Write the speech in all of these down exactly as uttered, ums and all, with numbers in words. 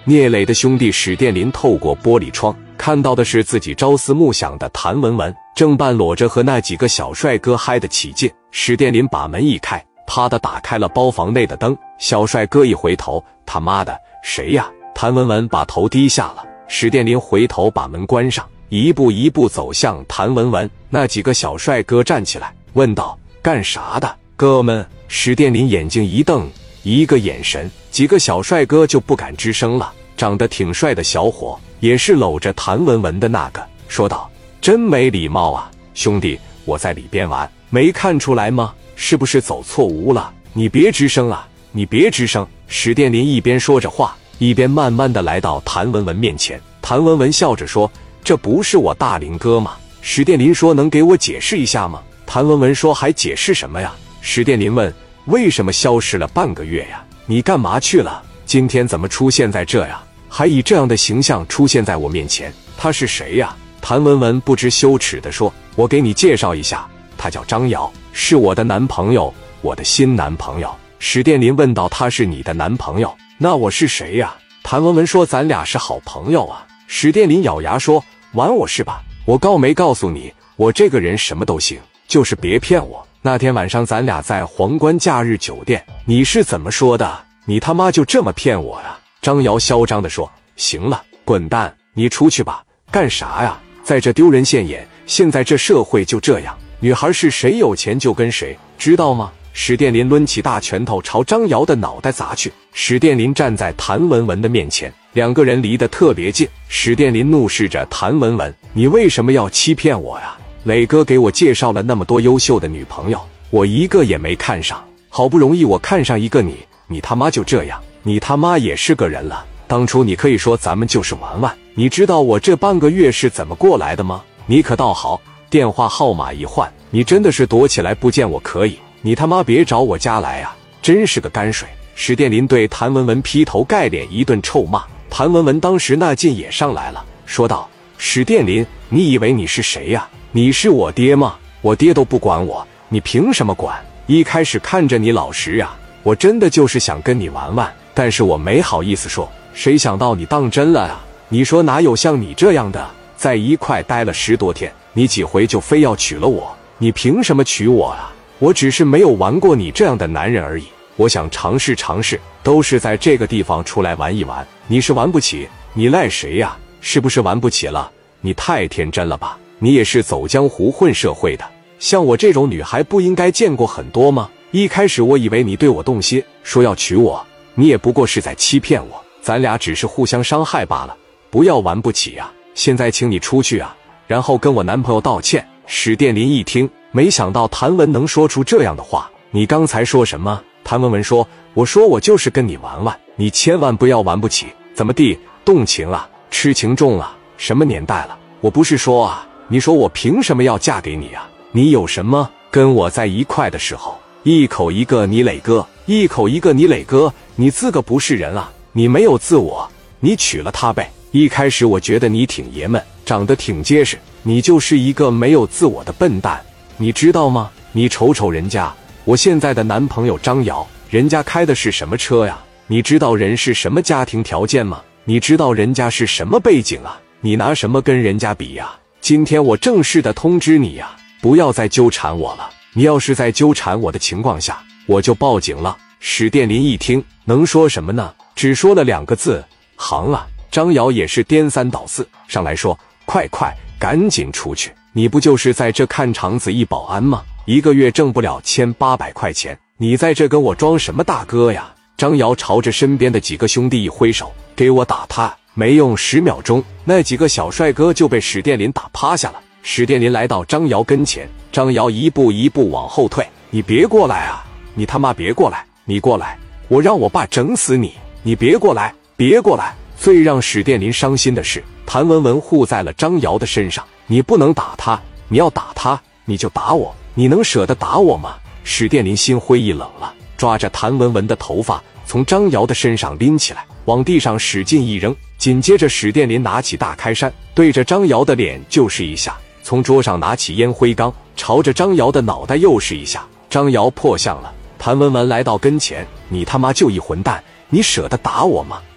聂磊的兄弟史殿林透过玻璃窗看到的是自己朝思暮想的谭文文，正半裸着和那几个小帅哥嗨得起劲。史殿林把门一开，啪的打开了包房内的灯。小帅哥一回头，他妈的，谁呀？谭文文把头低下了。史殿林回头把门关上，一步一步走向谭文文。那几个小帅哥站起来问道：干啥的，哥们？史殿林眼睛一瞪，一个眼神，几个小帅哥就不敢吱声了。长得挺帅的小伙，也是搂着谭文文的那个，说道：真没礼貌啊，兄弟，我在里边玩，没看出来吗？是不是走错屋了？你别吱声啊，你别吱声。史殿林一边说着话，一边慢慢的来到谭文文面前。谭文文笑着说：这不是我大林哥吗？史殿林说：能给我解释一下吗？谭文文说：还解释什么呀？史殿林问：为什么消失了半个月呀？你干嘛去了？今天怎么出现在这呀？还以这样的形象出现在我面前，他是谁呀？谭文文不知羞耻地说：我给你介绍一下，他叫张瑶，是我的男朋友，我的新男朋友。史殿林问道：他是你的男朋友？那我是谁呀？谭文文说：咱俩是好朋友啊。史殿林咬牙说：玩我是吧？我告没告诉你，我这个人什么都行，就是别骗我。那天晚上咱俩在皇冠假日酒店，你是怎么说的？你他妈就这么骗我呀？张瑶嚣张地说：行了，滚蛋，你出去吧。干啥呀？在这丢人现眼，现在这社会就这样，女孩是谁有钱就跟谁，知道吗？史殿林抡起大拳头朝张瑶的脑袋砸去。史殿林站在谭文文的面前，两个人离得特别近。史殿林怒视着谭文文：你为什么要欺骗我呀？磊哥给我介绍了那么多优秀的女朋友，我一个也没看上，好不容易我看上一个你，你他妈就这样，你他妈也是个人了。当初你可以说咱们就是玩玩，你知道我这半个月是怎么过来的吗？你可倒好，电话号码一换，你真的是躲起来不见我可以，你他妈别找我家来啊，真是个泔水。史殿林对谭文文劈头盖脸一顿臭骂，谭文文当时那劲也上来了，说道：史殿林，你以为你是谁呀？你是我爹吗？我爹都不管我，你凭什么管？一开始看着你老实呀，我真的就是想跟你玩玩，但是我没好意思说，谁想到你当真了啊？你说哪有像你这样的，在一块待了十多天，你几回就非要娶了我？你凭什么娶我啊？我只是没有玩过你这样的男人而已，我想尝试尝试，都是在这个地方出来玩一玩。你是玩不起，你赖谁呀？是不是玩不起了？你太天真了吧？你也是走江湖混社会的，像我这种女孩不应该见过很多吗？一开始我以为你对我动心，说要娶我，你也不过是在欺骗我，咱俩只是互相伤害罢了，不要玩不起啊！现在请你出去啊，然后跟我男朋友道歉。史殿林一听，没想到谭文能说出这样的话。你刚才说什么？谭文文说：我说我就是跟你玩玩，你千万不要玩不起。怎么地，动情啊，痴情重啊？什么年代了？我不是说啊，你说我凭什么要嫁给你啊？你有什么？跟我在一块的时候，一口一个你磊哥，一口一个你磊哥，你自个不是人啊，你没有自我，你娶了她呗。一开始我觉得你挺爷们，长得挺结实，你就是一个没有自我的笨蛋，你知道吗？你瞅瞅人家，我现在的男朋友张瑶，人家开的是什么车呀？你知道人是什么家庭条件吗？你知道人家是什么背景啊？你拿什么跟人家比呀？今天我正式的通知你呀，不要再纠缠我了，你要是在纠缠我的情况下，我就报警了。史殿林一听，能说什么呢？只说了两个字：行啊。张瑶也是颠三倒四，上来说：快快赶紧出去，你不就是在这看场子一保安吗？一个月挣不了千八百块钱，你在这跟我装什么大哥呀？张瑶朝着身边的几个兄弟一挥手：给我打他！没用十秒钟，那几个小帅哥就被史殿林打趴下了。史殿林来到张瑶跟前，张瑶一步一步往后退：你别过来啊，你他妈别过来，你过来我让我爸整死你，你别过来，别过来。最让史殿林伤心的是，谭文文护在了张瑶的身上，你不能打他，你要打他你就打我，你能舍得打我吗？史殿林心灰意冷了，抓着谭文文的头发从张瑶的身上拎起来，往地上使劲一扔。紧接着史殿林拿起大开山，对着张瑶的脸就是一下，从桌上拿起烟灰缸，朝着张瑶的脑袋又是一下。张瑶破相了，谭文文来到跟前：你他妈就一混蛋，你舍得打我吗？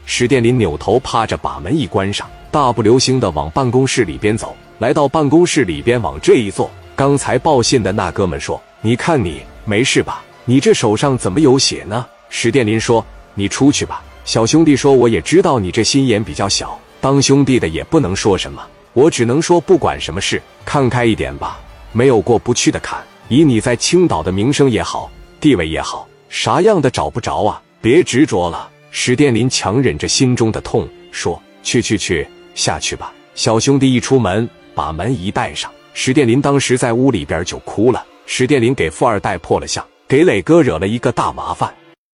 史殿林扭头趴着，把门一关上，大步流星的往办公室里边走。来到办公室里边，往这一坐，刚才报信的那哥们说：“你看你没事吧？你这手上怎么有血呢？”史殿林说：“你出去吧。”小兄弟说：“我也知道你这心眼比较小，当兄弟的也不能说什么，我只能说不管什么事，看开一点吧，没有过不去的坎。以你在青岛的名声也好，地位也好，啥样的找不着啊？别执着了。”史殿林强忍着心中的痛说：“去去去，下去吧。”小兄弟一出门，把门一带上，史殿林当时在屋里边就哭了。史殿林给富二代破了相，给磊哥惹了一个大麻烦。